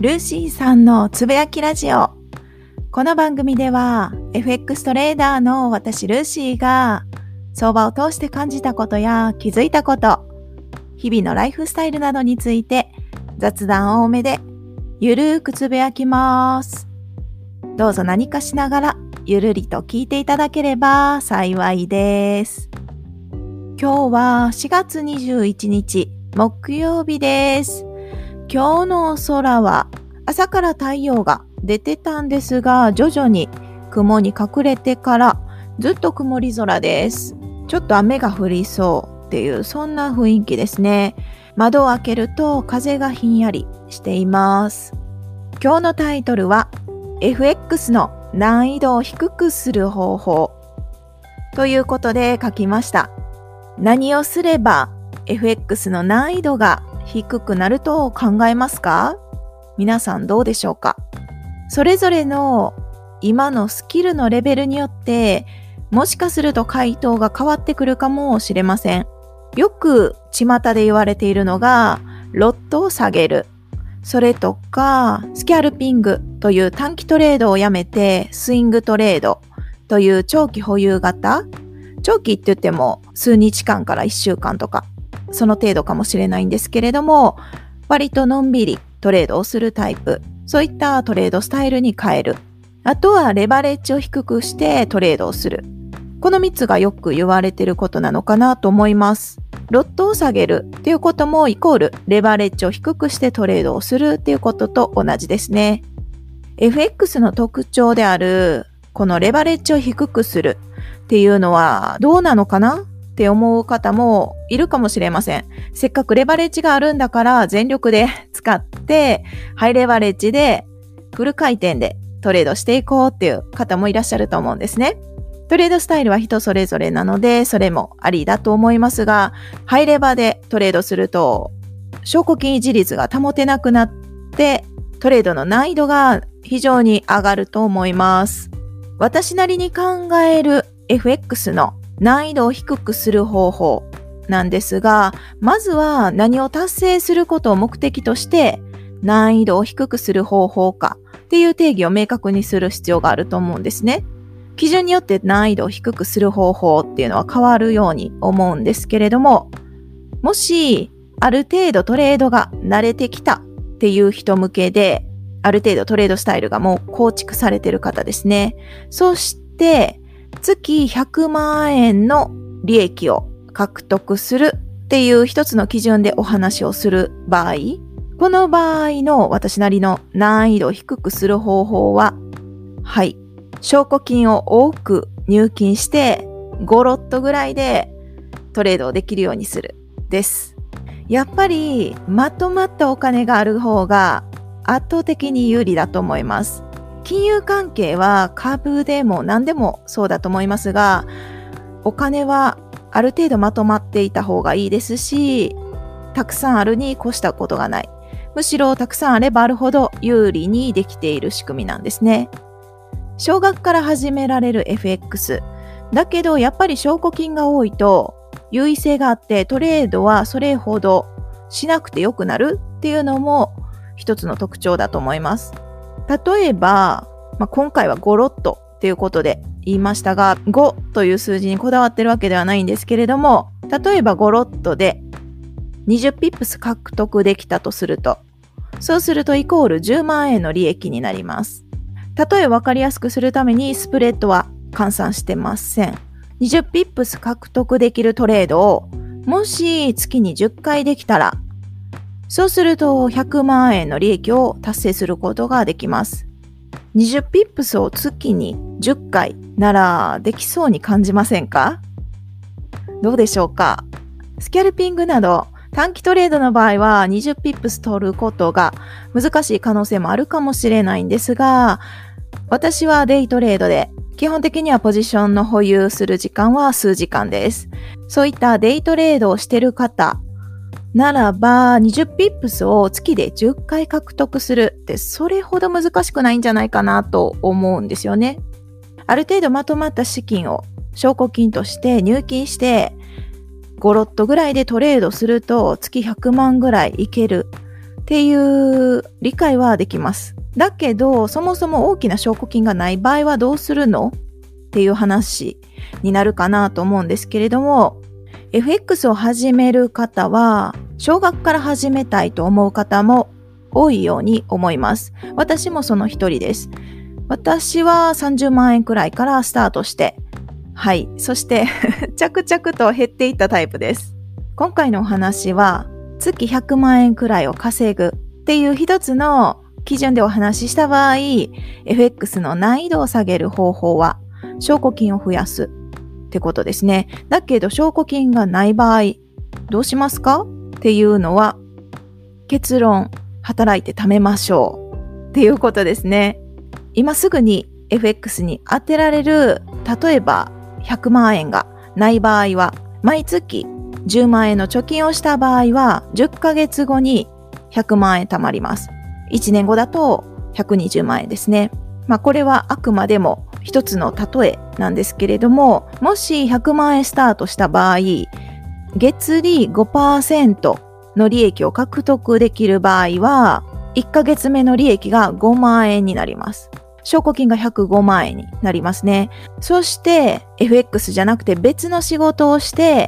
ルーシーさんのつぶやきラジオ。この番組では FX トレーダーの私ルーシーが相場を通して感じたことや気づいたこと、日々のライフスタイルなどについて雑談多めでゆるーくつぶやきます。どうぞ何かしながらゆるりと聞いていただければ幸いです。今日は4月21日木曜日です。今日の空は朝から太陽が出てたんですが、徐々に雲に隠れてからずっと曇り空です。ちょっと雨が降りそうっていうそんな雰囲気ですね。窓を開けると風がひんやりしています。今日のタイトルは FX の難易度を低くする方法ということで書きました。何をすれば FX の難易度が低くなると考えますか？皆さんどうでしょうか？それぞれの今のスキルのレベルによってもしかすると回答が変わってくるかもしれません。よく巷で言われているのがロットを下げる、それとかスキャルピングという短期トレードをやめてスイングトレードという長期保有型、長期って言っても数日間から1週間とかその程度かもしれないんですけれども、割とのんびりトレードをするタイプ、そういったトレードスタイルに変える。あとはレバレッジを低くしてトレードをする。この3つがよく言われていることなのかなと思います。ロットを下げるっていうこともイコールレバレッジを低くしてトレードをするっていうことと同じですね。FX の特徴であるこのレバレッジを低くするっていうのはどうなのかなって思う方もいるかもしれません。せっかくレバレッジがあるんだから全力で使ってハイレバレッジでフル回転でトレードしていこうっていう方もいらっしゃると思うんですね。トレードスタイルは人それぞれなのでそれもありだと思いますが、ハイレバでトレードすると証拠金維持率が保てなくなってトレードの難易度が非常に上がると思います。私なりに考える FX の難易度を低くする方法なんですが、まずは何を達成することを目的として難易度を低くする方法かっていう定義を明確にする必要があると思うんですね。基準によって難易度を低くする方法っていうのは変わるように思うんですけれども、もしある程度トレードが慣れてきたっていう人向けで、ある程度トレードスタイルがもう構築されている方ですね。そして月100万円の利益を獲得するっていう一つの基準でお話をする場合、この場合の私なりの難易度を低くする方法は、証拠金を多く入金して5ロットぐらいでトレードをできるようにするです。やっぱりまとまったお金がある方が圧倒的に有利だと思います。金融関係は株でも何でもそうだと思いますが、お金はある程度まとまっていた方がいいですし、たくさんあるに越したことがない。むしろたくさんあればあるほど有利にできている仕組みなんですね。少額から始められる FX。だけどやっぱり証拠金が多いと優位性があってトレードはそれほどしなくてよくなるっていうのも一つの特徴だと思います。例えば、今回は5ロットっていうことで言いましたが、5という数字にこだわってるわけではないんですけれども、例えば5ロットで20ピップス獲得できたとすると、そうするとイコール10万円の利益になります。例えば分かりやすくするためにスプレッドは換算してません。20ピップス獲得できるトレードをもし月に10回できたら、そうすると100万円の利益を達成することができます。20ピップスを月に10回ならできそうに感じませんか？どうでしょうか？スキャルピングなど短期トレードの場合は20ピップス取ることが難しい可能性もあるかもしれないんですが、私はデイトレードで基本的にはポジションの保有する時間は数時間です。そういったデイトレードをしている方ならば20ピップスを月で10回獲得するってそれほど難しくないんじゃないかなと思うんですよね。ある程度まとまった資金を証拠金として入金して5ロットぐらいでトレードすると月100万ぐらいいけるっていう理解はできます。だけど、そもそも大きな証拠金がない場合はどうするのっていう話になるかなと思うんですけれども、FX を始める方は、少額から始めたいと思う方も多いように思います。私もその一人です。私は30万円くらいからスタートして、はい、そして着々と減っていったタイプです。今回のお話は、月100万円くらいを稼ぐっていう一つの基準でお話しした場合、FX の難易度を下げる方法は、証拠金を増やすってことですね。だけど証拠金がない場合、どうしますかっていうのは、結論、働いて貯めましょうっていうことですね。今すぐに FX に当てられる、例えば100万円がない場合は、毎月10万円の貯金をした場合は、10ヶ月後に100万円貯まります。1年後だと120万円ですね。これはあくまでも一つの例えなんですけれども、もし100万円スタートした場合、月利 5% の利益を獲得できる場合は、1ヶ月目の利益が5万円になります。証拠金が105万円になりますね。そして FX じゃなくて別の仕事をして、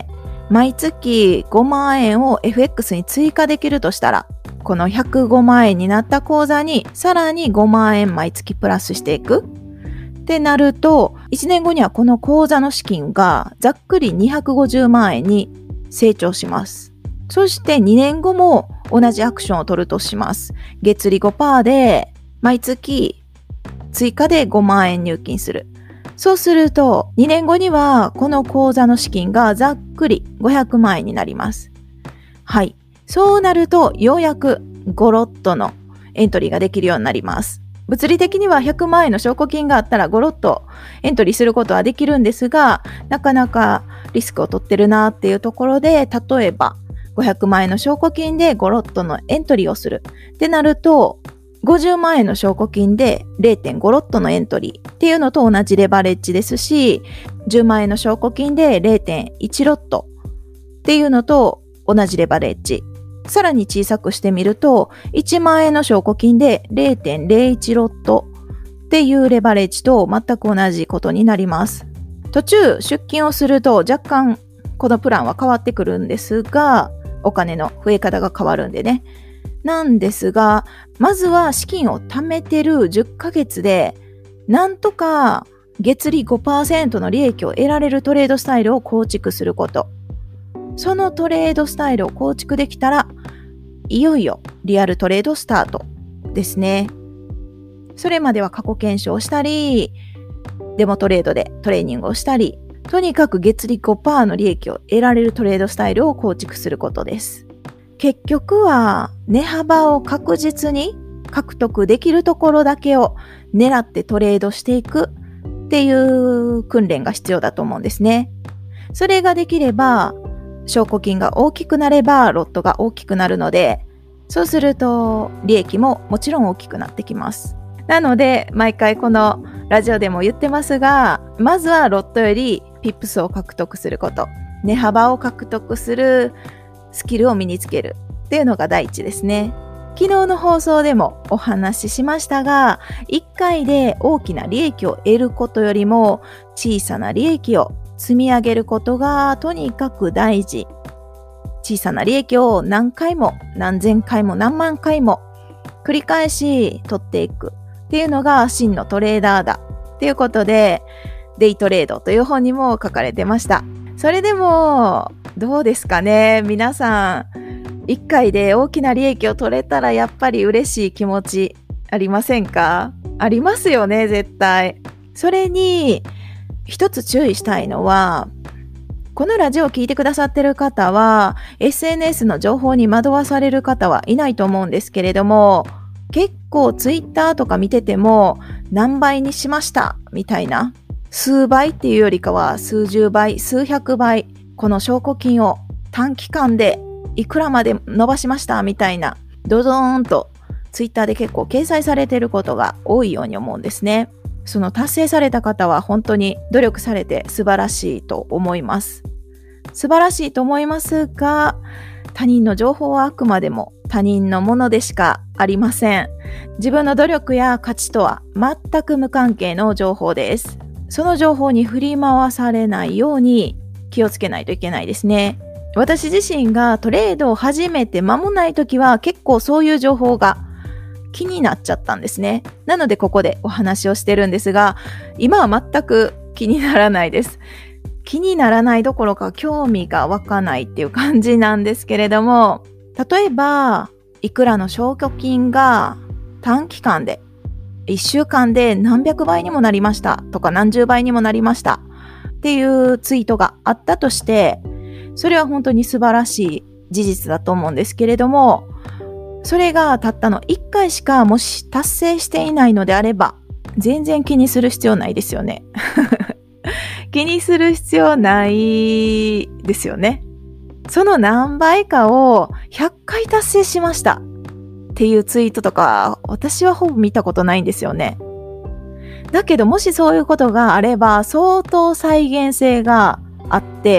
毎月5万円を FX に追加できるとしたら、この105万円になった口座にさらに5万円毎月プラスしていくってなると、1年後にはこの口座の資金がざっくり250万円に成長します。そして2年後も同じアクションを取るとします。月利 5% で毎月追加で5万円入金する。そうすると2年後にはこの口座の資金がざっくり500万円になります。はい。そうなるとようやく5ロットのエントリーができるようになります。物理的には100万円の証拠金があったら5ロットエントリーすることはできるんですが、なかなかリスクを取ってるなっていうところで、例えば500万円の証拠金で5ロットのエントリーをするってなると、50万円の証拠金で 0.5 ロットのエントリーっていうのと同じレバレッジですし、10万円の証拠金で 0.1 ロットっていうのと同じレバレッジ。さらに小さくしてみると、1万円の証拠金で 0.01 ロットっていうレバレッジと全く同じことになります。途中出金をすると若干このプランは変わってくるんですが、お金の増え方が変わるんでね。なんですが、まずは資金を貯めてる10ヶ月で、なんとか月利 5% の利益を得られるトレードスタイルを構築すること。そのトレードスタイルを構築できたら、いよいよリアルトレードスタートですね。それまでは過去検証をしたり、デモトレードでトレーニングをしたり、とにかく月利 5% の利益を得られるトレードスタイルを構築することです。結局は値幅を確実に獲得できるところだけを狙ってトレードしていくっていう訓練が必要だと思うんですね。それができれば、証拠金が大きくなればロットが大きくなるので、そうすると利益ももちろん大きくなってきます。なので毎回このラジオでも言ってますが、まずはロットよりピップスを獲得すること、値幅を獲得するスキルを身につけるっていうのが第一ですね。昨日の放送でもお話ししましたが、1回で大きな利益を得ることよりも小さな利益を積み上げることがとにかく大事。小さな利益を何回も何千回も何万回も繰り返し取っていくっていうのが真のトレーダーだっていうことで、デイトレードという本にも書かれてました。それでもどうですかね、皆さん1回で大きな利益を取れたらやっぱり嬉しい気持ちありませんか？ありますよね、絶対。それに一つ注意したいのは、このラジオを聞いてくださってる方は SNS の情報に惑わされる方はいないと思うんですけれども、結構ツイッターとか見てても何倍にしましたみたいな、数倍っていうよりかは数十倍数百倍、この証拠金を短期間でいくらまで伸ばしましたみたいな、ドドーンとツイッターで結構掲載されていることが多いように思うんですね。その達成された方は本当に努力されて素晴らしいと思います。素晴らしいと思いますが、 他人の情報はあくまでも他人のものでしかありません。自分の努力や価値とは全く無関係の情報です。その情報に振り回されないように気をつけないといけないですね。私自身がトレードを始めて間もない時は結構そういう情報が気になっちゃったんですね。なのでここでお話をしてるんですが、今は全く気にならないです。気にならないどころか興味が湧かないっていう感じなんですけれども、例えばいくらの証拠金が短期間で1週間で何百倍にもなりましたとか何十倍にもなりましたっていうツイートがあったとして、それは本当に素晴らしい事実だと思うんですけれども、それがたったの1回しかもし達成していないのであれば、全然気にする必要ないですよね。気にする必要ないですよね。その何倍かを100回達成しましたっていうツイートとか、私はほぼ見たことないんですよね。だけどもしそういうことがあれば、相当再現性があって、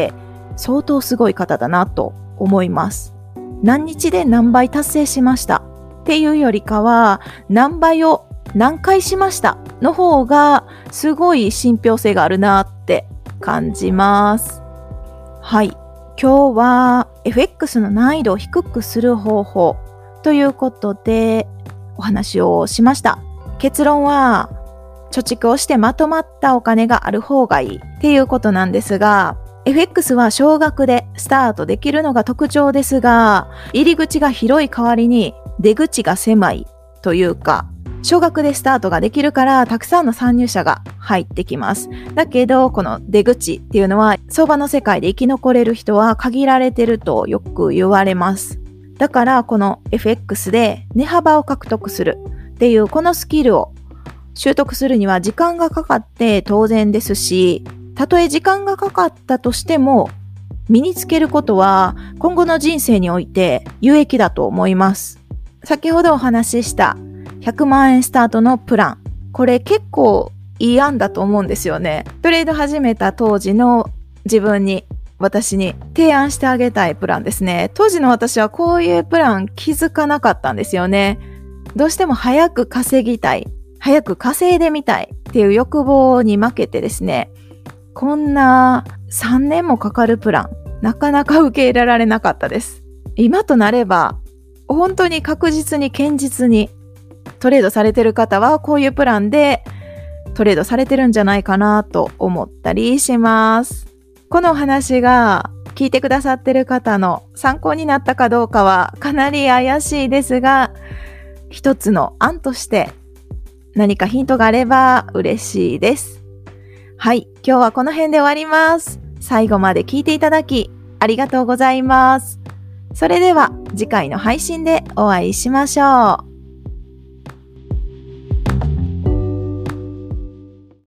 相当すごい方だなと思います。何日で何倍達成しましたっていうよりかは、何倍を何回しましたの方がすごい信憑性があるなって感じます。はい。今日は FX の難易度を低くする方法ということでお話をしました。結論は貯蓄をしてまとまったお金がある方がいいっていうことなんですが、FX は少額でスタートできるのが特徴ですが、入り口が広い代わりに出口が狭いというか、少額でスタートができるからたくさんの参入者が入ってきます。だけどこの出口っていうのは相場の世界で生き残れる人は限られてるとよく言われます。だからこの FX で値幅を獲得するっていうこのスキルを習得するには時間がかかって当然ですし、たとえ時間がかかったとしても身につけることは今後の人生において有益だと思います。先ほどお話しした100万円スタートのプラン。これ結構いい案だと思うんですよね。トレード始めた当時の私に提案してあげたいプランですね。当時の私はこういうプラン気づかなかったんですよね。どうしても早く稼ぎたい。早く稼いでみたいっていう欲望に負けてですね、こんな3年もかかるプラン、なかなか受け入れられなかったです。今となれば、本当に確実に堅実にトレードされてる方はこういうプランでトレードされてるんじゃないかなと思ったりします。このお話が聞いてくださってる方の参考になったかどうかはかなり怪しいですが、一つの案として何かヒントがあれば嬉しいです。はい、今日はこの辺で終わります。最後まで聞いていただきありがとうございます。それでは次回の配信でお会いしましょう。